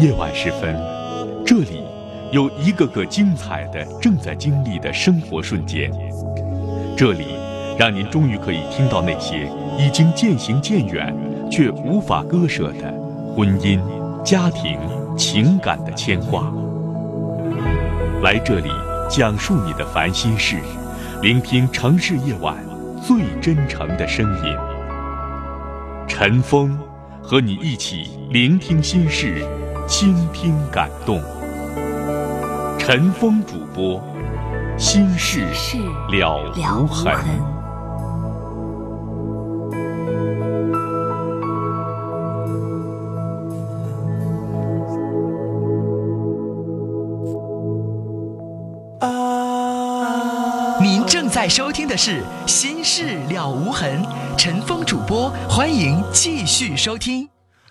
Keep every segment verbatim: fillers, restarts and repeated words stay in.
夜晚时分，这里有一个个精彩的正在经历的生活瞬间，这里让您终于可以听到那些已经渐行渐远却无法割舍的婚姻、家庭、情感的牵挂。来这里讲述你的烦心事，聆听城市夜晚最真诚的声音。陈峰和你一起聆听心事，倾听感动。陈峰主播，心事了无痕。 您正在收听的是《心事了无痕》，陈峰主播，欢迎继续收听。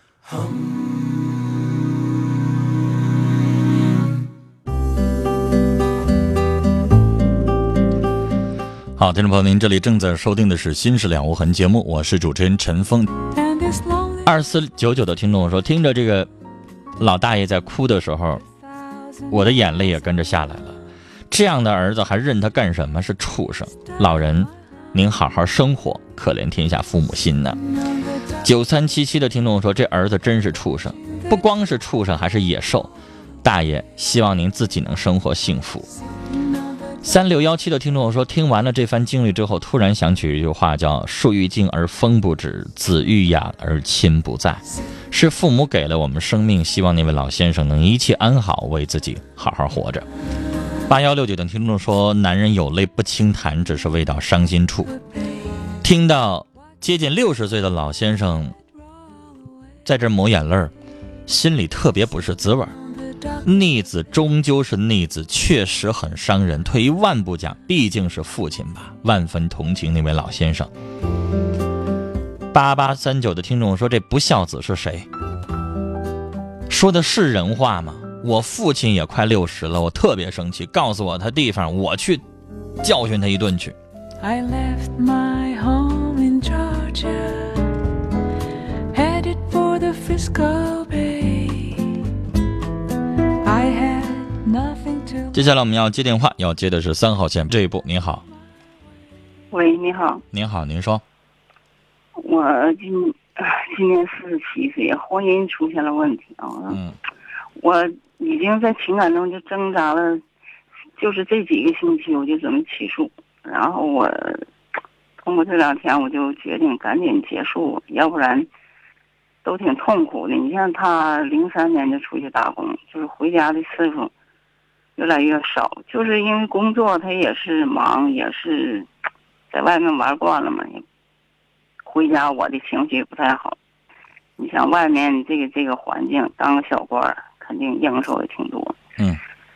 好，听众朋友，您这里正在收听的是《心事了无痕》节目，我是主持人陈峰。二四九九的听众说，听着这个老大爷在哭的时候，我的眼泪也跟着下来了。这样的儿子还认他干什么？是畜生！老人，您好好生活，可怜天下父母心呢。九三七七的听众说，这儿子真是畜生，不光是畜生，还是野兽。大爷，希望您自己能生活幸福。三六幺七的听众说，听完了这番经历之后，突然想起一句话，叫树欲静而风不止，子欲养而亲不在。是父母给了我们生命，希望那位老先生能一切安好，为自己好好活着。八幺六九的听众说，男人有泪不轻弹，只是未到伤心处。听到接近六十岁的老先生在这抹眼泪，心里特别不是滋味。逆子终究是逆子，确实很伤人。退一万步讲，毕竟是父亲吧，万分同情那位老先生。八八三九的听众说，这不孝子是谁？说的是人话吗？我父亲也快六十了，我特别生气，告诉我他地方，我去教训他一顿去。I left my home in Georgia, headed for the Frisco Bay. I had nothing to. 接下来我们要接电话，要接的是三号线这一部。您好。 喂，你好。 您好，您说。 我今今年四十七岁，婚姻出现了问题啊。嗯。我已经在情感中就挣扎了，就是这几个星期我就准备起诉，然后我通过这两天我就决定赶紧结束，要不然都挺痛苦的。你像他零三年就出去打工，就是回家的次数越来越少，就是因为工作他也是忙，也是在外面玩惯了嘛，回家我的情绪也不太好。你像外面这个这个环境，当个小官儿肯定应酬也挺多。 嗯，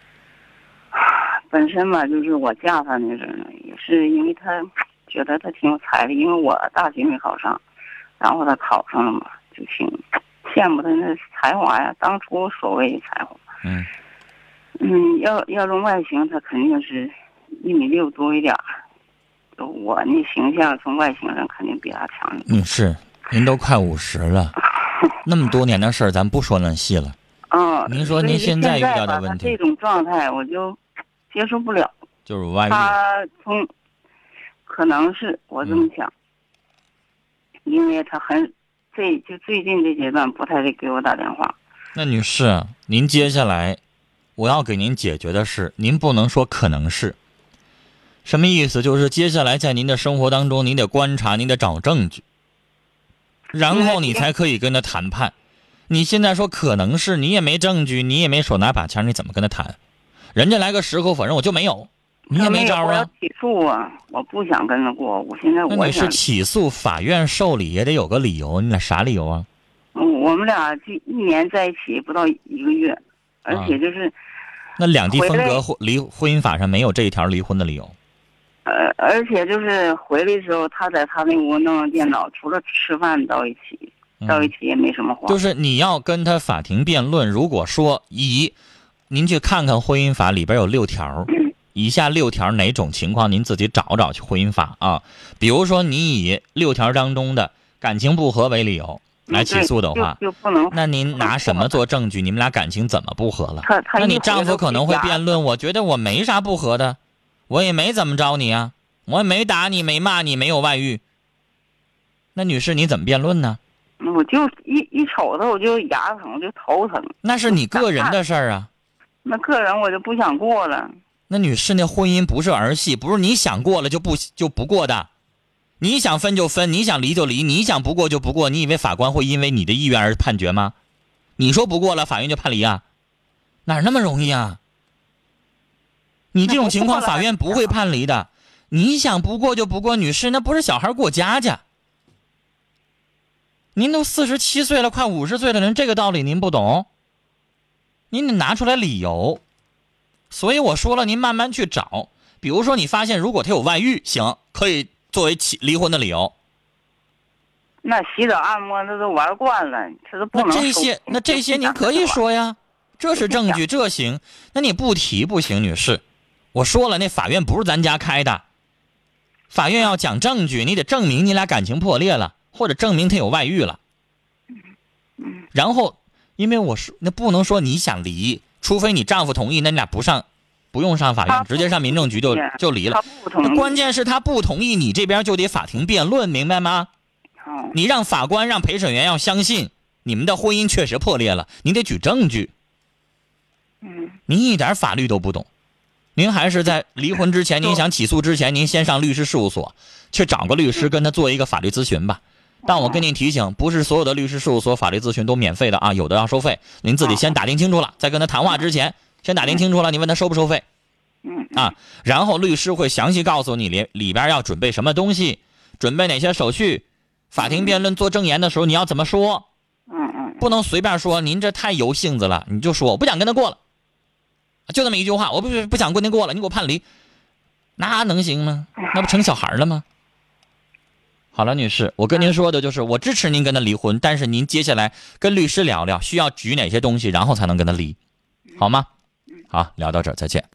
本身吧，就是我嫁他那阵呢，也是因为他觉得他挺有才的，因为我大学没考上，然后他考上了嘛，就挺羡慕他那才华呀，当初所谓的才华。 嗯嗯，要要论外形，他肯定是一米六多一点，我那形象从外形上肯定比他强。 嗯，是，您都快五十了。那么多年的事儿，咱不说那细了。 嗯， 您说您现在遇到的问题， 这种状态我就接受不了。 就是外遇。 他从可能是我这么想，嗯、因为他很这就最近这阶段不太会给我打电话。 那女士，您接下来我要给您解决的是，您不能说可能是。什么意思？就是接下来在您的生活当中，您得观察，您得找证据。然后你才可以跟他谈判。你现在说可能是，你也没证据，你也没手拿把枪，你怎么跟他谈？人家来个矢口否认，我就没有，你也没招啊。 我要起诉啊！我不想跟他过，我现在我那你是起诉，法院受理也得有个理由，你俩啥理由啊？ 嗯，我们俩就一年在一起不到一个月，而且就是、啊、 那两地分隔离婚姻法上没有这一条离婚的理由。 呃，而且就是回来的时候，他在他那屋弄电脑，除了吃饭到一起，到一起也没什么话。 就是你要跟他法庭辩论，如果说一，您去看看婚姻法里边有六条，以下六条哪种情况您自己找找去婚姻法啊。比如说你以六条当中的感情不和为理由， 来起诉的话， 就就不能。 那您拿什么做证据？你们俩感情怎么不和了？ 他他那你丈夫可能会辩论，我觉得我没啥不和的，我也没怎么着你啊，我也没打你，没骂你，没有外遇。那女士你怎么辩论呢？ 我就一一瞅他我就牙疼，就头疼。 那是你个人的事儿啊。 那个人我就不想过了。 那女士，那婚姻不是儿戏，不是你想过了就不就不过的。你想分就分，你想离就离，你想不过就不过。你以为法官会因为你的意愿而判决吗？你说不过了，法院就判离啊？哪那么容易啊？你这种情况，法院不会判离的。你想不过就不过，女士，那不是小孩过家家。您都四十七岁了，快五十岁的人，这个道理您不懂？您得拿出来理由。所以我说了，您慢慢去找。比如说，你发现如果他有外遇，行，可以作为起离婚的理由。 那洗澡按摩那都玩惯了，他都不能。 那这些，那这些您可以说呀，这是证据，这行。那你不提不行，女士。我说了，那法院不是咱家开的，法院要讲证据，你得证明你俩感情破裂了，或者证明他有外遇了。然后，因为我说那不能说你想离，除非你丈夫同意，那你俩不上，不用上法院，直接上民政局就就离了。那关键是他不同意，你这边就得法庭辩论，明白吗？你让法官让陪审员要相信你们的婚姻确实破裂了，你得举证据。您一点法律都不懂。您还是在离婚之前，您想起诉之前，您先上律师事务所去找个律师，跟他做一个法律咨询吧。但我跟您提醒，不是所有的律师事务所法律咨询都免费的啊，有的要收费。您自己先打听清楚了，在跟他谈话之前，先打听清楚了，你问他收不收费啊？然后律师会详细告诉你里里边要准备什么东西，准备哪些手续，法庭辩论做证言的时候你要怎么说，不能随便说。您这太油性子了，你就说我不想跟他过了，就这么一句话，我不不想跟他过了，你给我判离，那能行吗？那不成小孩了吗？好了，女士，我跟您说的就是我支持您跟他离婚，但是您接下来跟律师聊聊，需要举哪些东西，然后才能跟他离，好吗？好，聊到这儿，再见。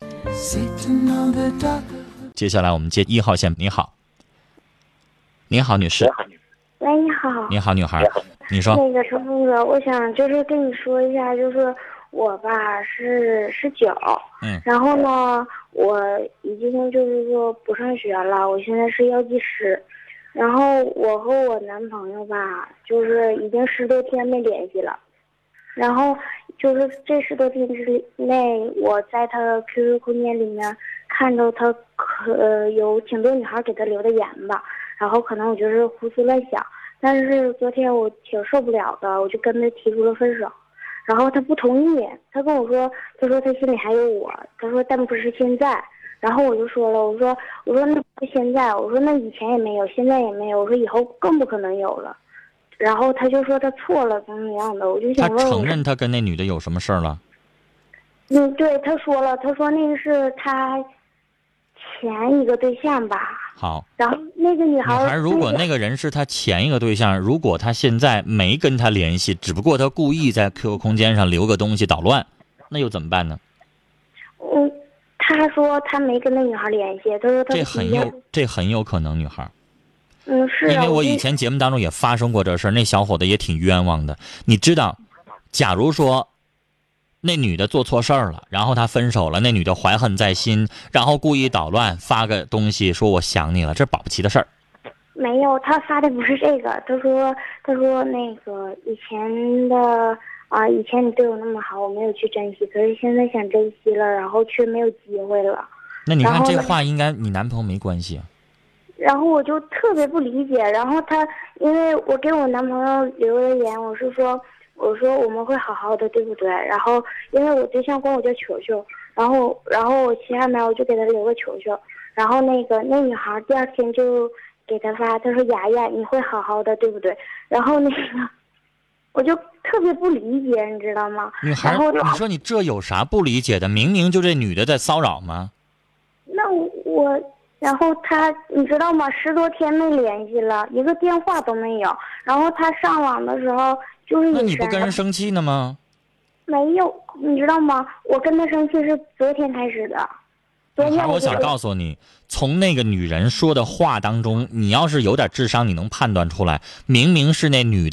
接下来我们接一号线，你好，你好，女士。 喂，你好。 你好，女孩，你说。 那个陈峰哥，我想就是跟你说一下，就是我吧是十九，嗯，然后呢，我已经就是说不上学了，我现在是药剂师。然后我和我男朋友吧，就是已经十多天没联系了。然后就是这十多天之内，我在他 Q Q 空间里面看到他可、呃、有挺多女孩给他留的言吧。然后可能我就是胡思乱想，但是昨天我挺受不了的，我就跟他提出了分手。然后他不同意，他跟我说，他说他心里还有我，他说但不是现在。然后我就说了，我说我说那不是现在，我说那以前也没有，现在也没有，我说以后更不可能有了。然后他就说他错了，怎么样的，我就想问他承认他跟那女的有什么事儿了？ 嗯，对，他说了，他说那个是他前一个对象吧。 好。 然后那个女孩， 女孩如果那个人是他前一个对象，如果他现在没跟他联系，只不过他故意在 Q Q 空间上留个东西捣乱，那又怎么办呢？ 嗯。他说他没跟那女孩联系，他说他这很有这很有可能，女孩。 嗯，是啊。 因为我以前节目当中也发生过这事儿，那小伙子也挺冤枉的。你知道，假如说那女的做错事儿了，然后他分手了，那女的怀恨在心，然后故意捣乱，发个东西说我想你了，这是保不齐的事儿。 没有，他发的不是这个，他说他说那个以前的。啊，以前你对我那么好，我没有去珍惜，可是现在想珍惜了，然后却没有机会了。 那你看这话应该你男朋友没关系啊。 然后我就特别不理解，然后他因为我给我男朋友留了言，我是说我说我们会好好的，对不对？然后因为我对象管我叫球球，然后然后我下面我就给他留个球球，然后那个那女孩第二天就给他发，他说雅雅你会好好的，对不对？然后那个。我就特别不理解，你知道吗？ 女孩，你说你这有啥不理解的？明明就这女的在骚扰吗？ 那我，然后他，你知道吗？十多天没联系了，一个电话都没有。然后他上网的时候就是那你不跟人生气呢吗？ 没有，你知道吗？我跟他生气是昨天开始的。 女孩，我想告诉你，从那个女人说的话当中，你要是有点智商，你能判断出来，明明是那女的。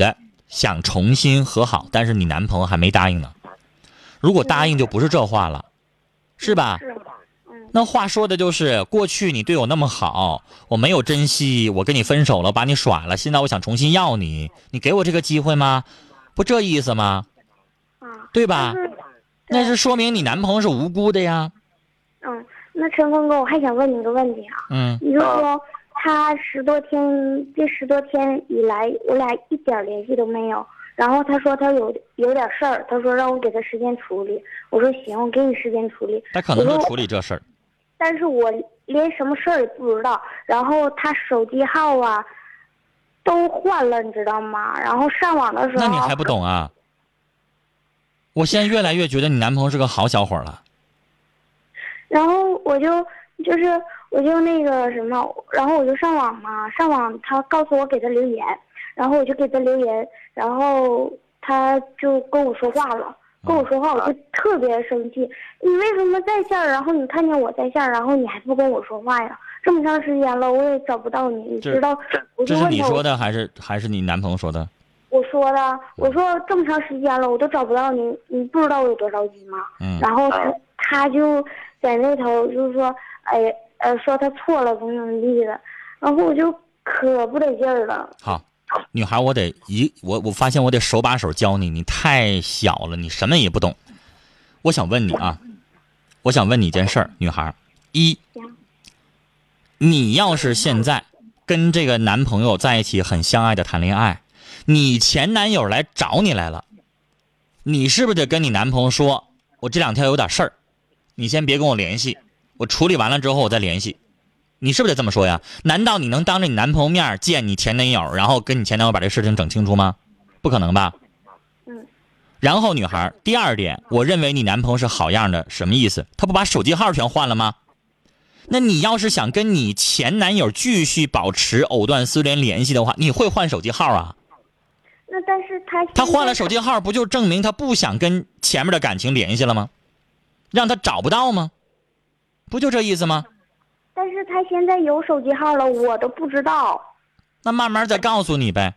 想重新和好，但是你男朋友还没答应呢。如果答应就不是这话了，是吧？ 是。 那话说的就是过去你对我那么好，我没有珍惜，我跟你分手了，把你甩了，现在我想重新要你，你给我这个机会吗？不这意思吗？ 啊， 对吧？那是说明你男朋友是无辜的呀。 嗯，那陈峰哥，我还想问你一个问题啊。 嗯。 你就说他十多天，这十多天以来，我俩一点联系都没有。然后他说他有有点事儿，他说让我给他时间处理。我说行，我给你时间处理。 他可能就处理这事儿。 但是我连什么事儿也不知道，然后他手机号啊都换了，你知道吗？然后上网的时候， 那你还不懂啊？我现在越来越觉得你男朋友是个好小伙了。 然后我就就是我就那个什么，然后我就上网嘛，上网他告诉我给他留言，然后我就给他留言，然后他就跟我说话了。跟我说话，我就特别生气。你为什么在线？然后你看见我在线，然后你还不跟我说话呀？这么长时间了，我也找不到你，你知道？ 这是你说的还是还是你男朋友说的？ 我说的，我说这么长时间了，我都找不到你，你不知道我有多着急吗？ 嗯。 然后他他就在那头就是说，哎呃，说他错了，怎么怎么地的，然后我就可不得劲儿了。 好。女孩，我得一我我发现我得手把手教你，你太小了，你什么也不懂。我想问你啊，我想问你一件事儿，女孩，一，你要是现在跟这个男朋友在一起很相爱的谈恋爱，你前男友来找你来了，你是不是得跟你男朋友说，我这两天有点事儿，你先别跟我联系，我处理完了之后我再联系。你是不是得这么说呀？难道你能当着你男朋友面见你前男友，然后跟你前男友把这事情整清楚吗？不可能吧。 嗯。 然后女孩，第二点，我认为你男朋友是好样的，什么意思？他不把手机号全换了吗？那你要是想跟你前男友继续保持藕断丝连联系的话，你会换手机号啊？ 那但是他他换了手机号，不就证明他不想跟前面的感情联系了吗？让他找不到吗？不就这意思吗？ 但是他现在有手机号了，我都不知道。 那慢慢再告诉你呗。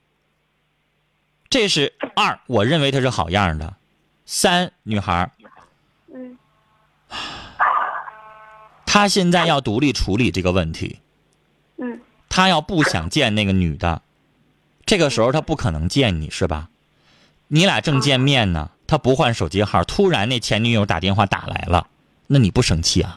这是二，我认为他是好样的。三，女孩， 嗯， 他现在要独立处理这个问题。 嗯， 他要不想见那个女的，这个时候他不可能见你，是吧？你俩正见面呢，他不换手机号，突然那前女友打电话打来了，那你不生气啊？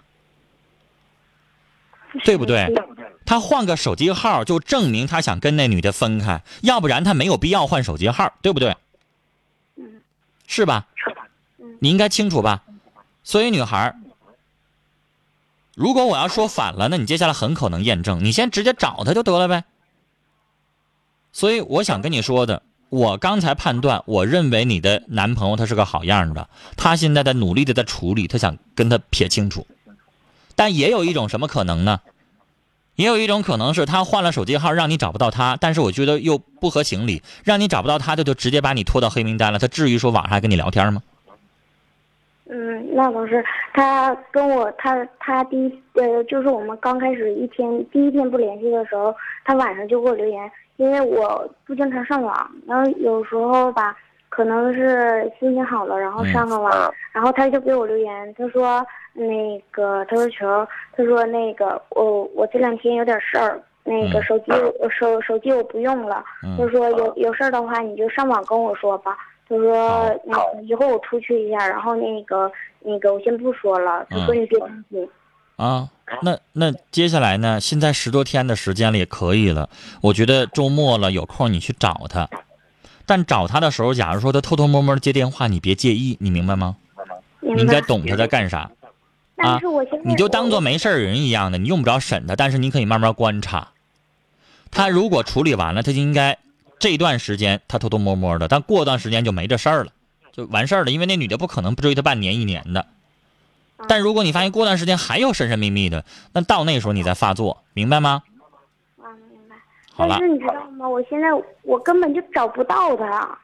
对不对？他换个手机号就证明他想跟那女的分开，要不然他没有必要换手机号，对不对？ 嗯， 是吧？你应该清楚吧？所以女孩，如果我要说反了，那你接下来很可能验证，你先直接找他就得了呗。所以我想跟你说的，我刚才判断，我认为你的男朋友他是个好样的，他现在在努力的在处理，他想跟他撇清楚。但也有一种什么可能呢？也有一种可能是他换了手机号让你找不到他，但是我觉得又不合情理，让你找不到他，他就直接把你拖到黑名单了，他至于说晚上还跟你聊天吗？ 嗯，那倒是。他跟我他他第一呃，就是我们刚开始一天第一天不联系的时候，他晚上就给我留言，因为我不经常上网，然后有时候吧，可能是心情好了，然后上个网，嗯、然后他就给我留言，他说那个他说球，他说那个我我这两天有点事儿，那个手机、嗯、手手机我不用了，嗯、他说有有事儿的话你就上网跟我说吧。他说那个一会儿我出去一下，然后那个那个我先不说了。他说你别担心。 啊，那那接下来呢？现在十多天的时间了也可以了。我觉得周末了有空你去找他，但找他的时候，假如说他偷偷摸摸接电话，你别介意，你明白吗？ 明白。 你应该懂他在干啥。 但是我现在、 啊、你就当做没事人一样的，你用不着审他，但是你可以慢慢观察。他如果处理完了，他就应该。这一段时间他偷偷摸摸的，但过段时间就没这事儿了，就完事儿了。因为那女的不可能不追他半年一年的。但如果你发现过段时间还有神神秘秘的，那到那时候你再发作，明白吗？ 啊，明白。 好了。 但是你知道吗？我现在我根本就找不到他。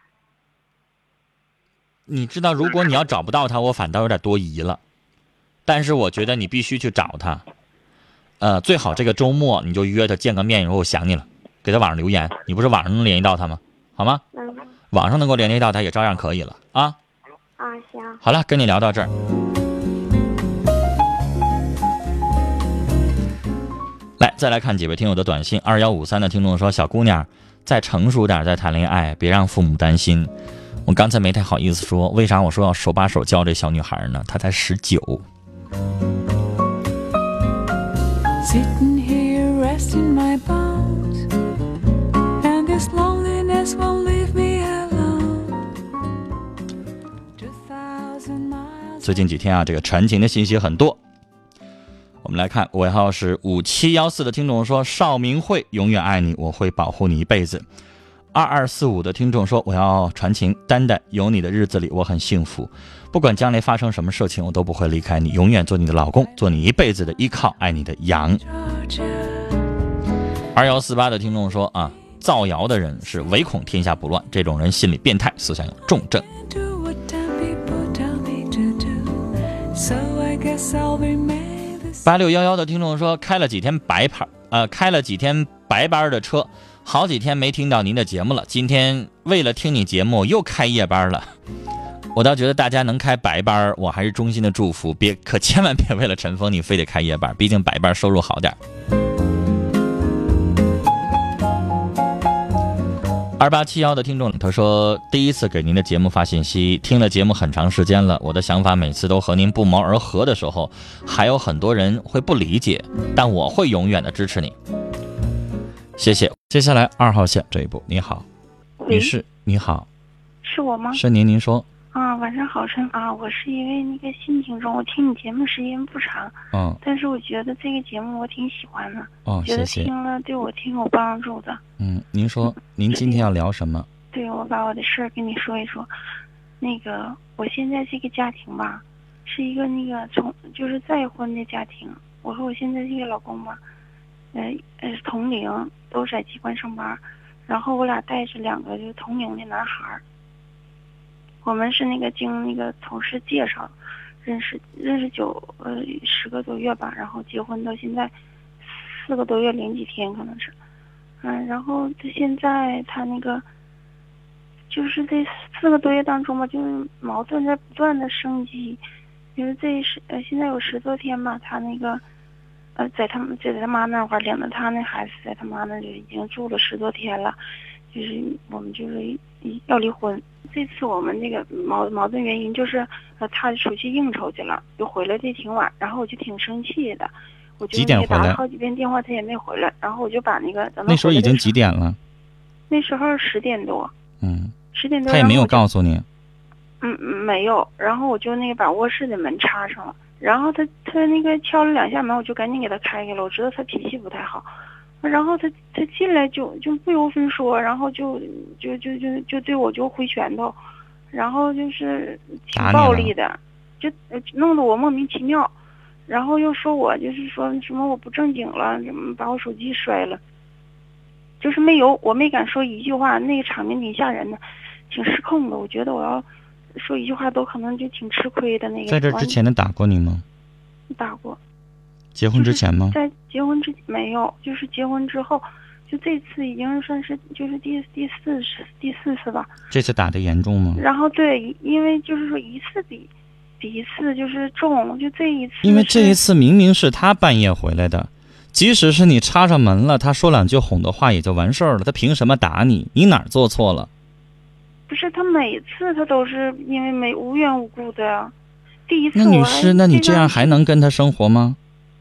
你知道，如果你要找不到他，我反倒有点多疑了。但是我觉得你必须去找他，呃，最好这个周末你就约他见个面，以后我想你了。给他网上留言，你不是网上能联系到他吗？好吗？ 嗯。 网上能够联系到他也照样可以了啊。 啊，行。 好了，跟你聊到这儿。来，再来看几位听友的短信。二幺五三的听众说：“小姑娘，再成熟点再谈恋爱，别让父母担心。”我刚才没太好意思说，为啥我说要手把手教这小女孩呢？她才十九。最近几天啊，这个传情的信息很多。我们来看，尾号是五七一四的听众说：“邵明慧永远爱你，我会保护你一辈子。”二二四五的听众说：“我要传情，丹丹，有你的日子里我很幸福，不管将来发生什么事情，我都不会离开你，永远做你的老公，做你一辈子的依靠，爱你的杨。”二幺四八的听众说：“啊，造谣的人是唯恐天下不乱，这种人心理变态，思想有重症。”八六幺幺的听众说：“开了几天白牌，呃，开了几天白班的车，好几天没听到您的节目了。今天为了听你节目又开夜班了。我倒觉得大家能开白班，我还是衷心的祝福，别可千万别为了陈峰你非得开夜班，毕竟白班收入好点。”二八七幺的听众他说：“第一次给您的节目发信息，听了节目很长时间了，我的想法每次都和您不谋而合的时候，还有很多人会不理解，但我会永远的支持你。”谢谢。接下来二号线这一步，你好，女士，你好， 是我吗？ 是您，您说。 啊，晚上好，陈啊，我是一位那个新听众，我听你节目时间不长， 嗯， 但是我觉得这个节目我挺喜欢的， 哦， 觉得谢谢， 听了对我挺有帮助的。 嗯，您说，您今天要聊什么？ 对，我把我的事儿跟你说一说。那个，我现在这个家庭吧，是一个那个从就是再婚的家庭。我和我现在这个老公吧，呃呃同龄，都在机关上班，然后我俩带着两个就是同龄的男孩。我们是那个经那个同事介绍认识认识九呃十个多月吧，然后结婚到现在四个多月零几天可能是，嗯，然后他现在他那个就是这四个多月当中吧，就是矛盾在不断的升级，就是这是呃现在有十多天吧，他那个呃在他们在他妈那块领着他那孩子在他妈那就已经住了十多天了，就是我们就是要离婚。这次我们这个矛矛盾原因就是，呃，他出去应酬去了，就回来的挺晚，然后我就挺生气的，我就给打了好几遍电话，他也没回来，然后我就把那个等那时候已经几点了？ 那时候十点多。 嗯， 十点多。 他也没有告诉你。 嗯，没有。然后我就那个把卧室的门插上了，然后他他那个敲了两下门，我就赶紧给他开开了。我知道他脾气不太好。然后他他进来就就不由分说，然后就就就就就对我就挥拳头，然后就是挺暴力的，就弄得我莫名其妙，然后又说我就是说什么我不正经了，怎么把我手机摔了，就是没有我没敢说一句话，那个场面挺吓人的，挺失控的，我觉得我要说一句话都可能就挺吃亏的那个。 在这之前的打过你吗？ 打过。 结婚之前吗？ 在结婚之前没有，就是结婚之后，就这次已经算是就是第第四次第四次吧。 这次打得严重吗？ 然后对，因为就是说一次比比一次就是重，就这一次。 因为这一次明明是他半夜回来的，即使是你插上门了，他说两句哄的话也就完事儿了，他凭什么打你？你哪儿做错了？ 不是，他每次他都是因为没无缘无故的呀。第一次那女士，那你这样还能跟他生活吗？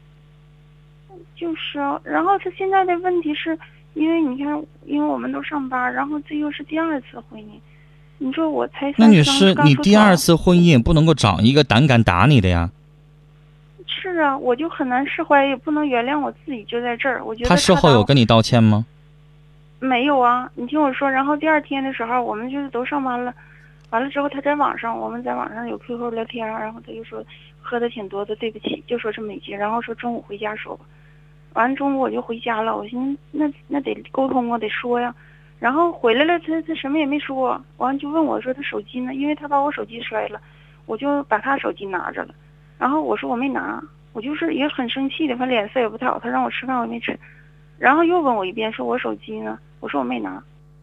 就是啊，然后他现在的问题是，因为你看，因为我们都上班，然后这又是第二次婚姻，你说我才那女士，你第二次婚姻也不能够找一个胆敢打你的呀。 是啊，我就很难释怀，也不能原谅我自己，就在这儿。我觉得他事后有跟你道歉吗？ 没有啊，你听我说，然后第二天的时候，我们就是都上班了，完了之后他在网上，我们在网上有 Q Q 聊天，然后他就说喝的挺多的，对不起，就说这么一句，然后说中午回家说吧。完了中午我就回家了，我寻思那那得沟通啊，得说呀。然后回来了，他他什么也没说，完了就问我说他手机呢，因为他把我手机摔了，我就把他手机拿着了。然后我说我没拿，我就是也很生气的，他脸色也不太好，他让我吃饭我也没吃。然后又问我一遍，说我手机呢，我说我没拿。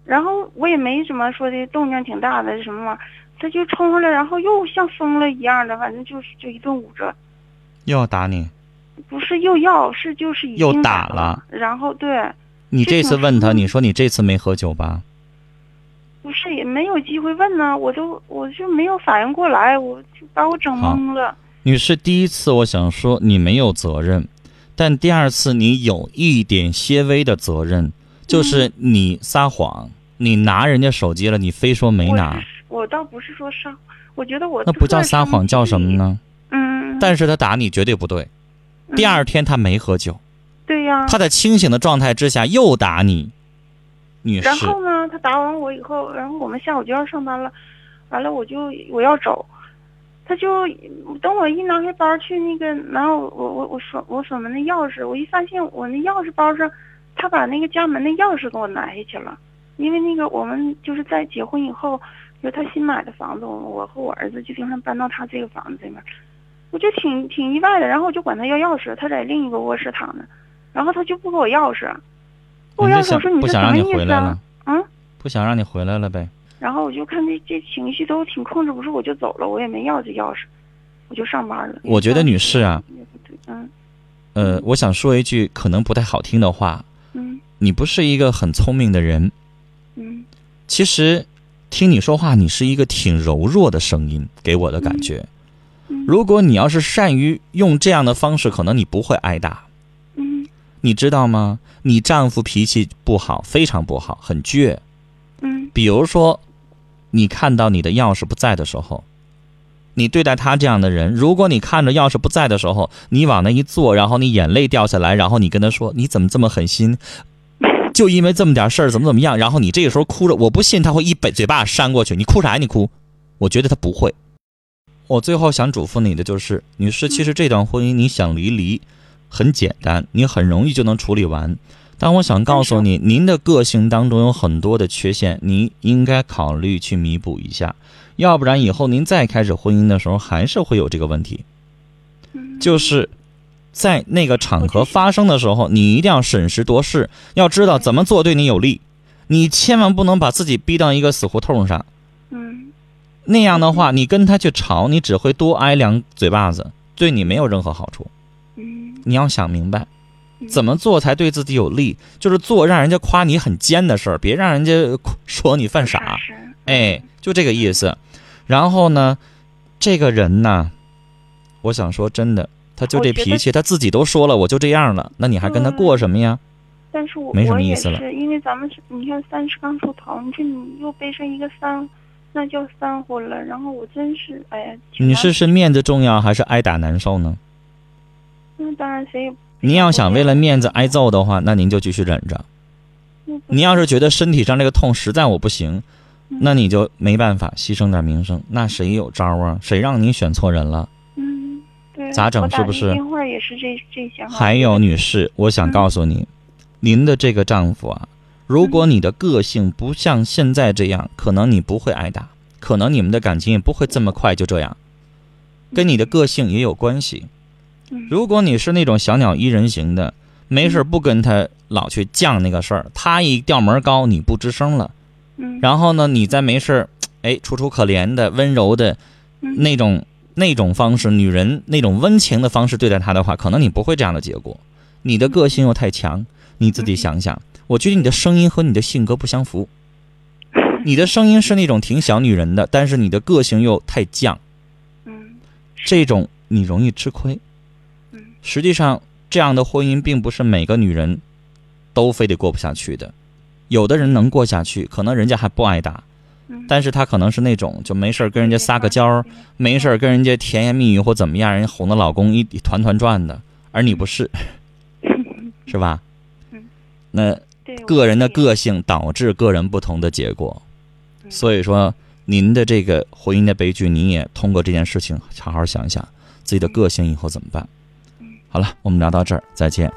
然后我也没什么说的动静挺大的什么嘛，他就冲上来，然后又像疯了一样的，反正就是就一顿捂着。 又要打你？ 不是又要，是就是已经又打了。 然后对。 你这次问他，你说你这次没喝酒吧？ 不是，也没有机会问呢，我都我就没有反应过来，我就把我整懵了。 女士，第一次我想说你没有责任，但第二次你有一点些微的责任，就是你撒谎，嗯、你拿人家手机了，你非说没拿。 我, 我倒不是说撒，我觉得我那不叫撒谎，叫什么呢？ 嗯。 但是他打你绝对不对。 嗯、 第二天他没喝酒。 对呀。 他在清醒的状态之下又打你。女士。 然后呢，他打完我以后，然后我们下午就要上班了，完了我就我要走，他就等我一拿开包去那个，然后我我我锁我锁门的钥匙，我一发现我那钥匙包上，他把那个家门的钥匙给我拿下去了，因为那个我们就是在结婚以后，就是他新买的房子，我和我儿子就经常搬到他这个房子这边，我就挺挺意外的，然后我就管他要钥匙，他在另一个卧室躺着，然后他就不给我钥匙。我要是说你是什么意思啊？嗯， 不想让你回来了呗。 然后我就看这这情绪都挺控制不住，我就走了，我也没要这钥匙，我就上班了。 我觉得女士啊， 嗯， 呃，我想说一句可能不太好听的话， 嗯， 你不是一个很聪明的人， 嗯， 其实听你说话，你是一个挺柔弱的声音，给我的感觉。 嗯， 如果你要是善于用这样的方式，可能你不会挨打。 嗯， 你知道吗？你丈夫脾气不好，非常不好，很倔。 嗯， 比如说，你看到你的钥匙不在的时候，你对待他这样的人，如果你看着钥匙不在的时候，你往那一坐，然后你眼泪掉下来，然后你跟他说：“你怎么这么狠心？就因为这么点事儿，怎么怎么样？”然后你这个时候哭着，我不信他会一嘴嘴巴扇过去。你哭啥呀？你哭？我觉得他不会。我最后想嘱咐你的就是，女士，其实这段婚姻你想离离。很简单，你很容易就能处理完。但我想告诉你，您的个性当中有很多的缺陷，你应该考虑去弥补一下，要不然以后您再开始婚姻的时候还是会有这个问题。就是在那个场合发生的时候，你一定要审时度势，要知道怎么做对你有利，你千万不能把自己逼到一个死胡同上。 嗯， 那样的话，你跟他去吵，你只会多挨两嘴巴子，对你没有任何好处。你要想明白怎么做才对自己有利，就是做让人家夸你很尖的事儿，别让人家说你犯傻。哎，就这个意思。然后呢，这个人呢，我想说真的，他就这脾气，他自己都说了我就这样了，那你还跟他过什么呀？ 但是我没什么意思了， 是因为咱们是你看三十刚出头，你说你又背上一个三，那叫三婚了，然后我真是哎呀。 你是是面子重要还是挨打难受呢？ 那当然谁也。 您要想为了面子挨揍的话，那您就继续忍着。你要是觉得身体上这个痛实在我不行，那你就没办法牺牲点名声。那谁有招啊？谁让你选错人了？ 嗯，对。 咋整？是不是？ 电话也是这这些。 还有女士，我想告诉你，嗯、您的这个丈夫啊，如果你的个性不像现在这样，可能你不会挨打，可能你们的感情也不会这么快就这样，跟你的个性也有关系。如果你是那种小鸟依人型的，没事不跟他老去犟那个事儿，他一调门高你不吱声了，然后呢你再没事哎楚楚可怜的温柔的那种那种方式，女人那种温情的方式对待他的话，可能你不会这样的结果。你的个性又太强，你自己想想，我觉得你的声音和你的性格不相符。你的声音是那种挺小女人的，但是你的个性又太犟，这种你容易吃亏。实际上这样的婚姻并不是每个女人都非得过不下去的，有的人能过下去，可能人家还不挨打，但是他可能是那种就没事跟人家撒个娇，没事跟人家甜言蜜语或怎么样，人家哄的老公一团团转的，而你不是，是吧？那个人的个性导致个人不同的结果，所以说您的这个婚姻的悲剧，你也通过这件事情好好想想自己的个性以后怎么办。好了，我们聊到这儿，再见。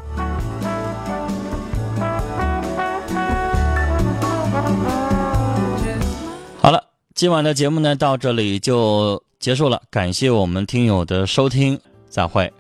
好了，今晚的节目呢到这里就结束了，感谢我们听友的收听，再会。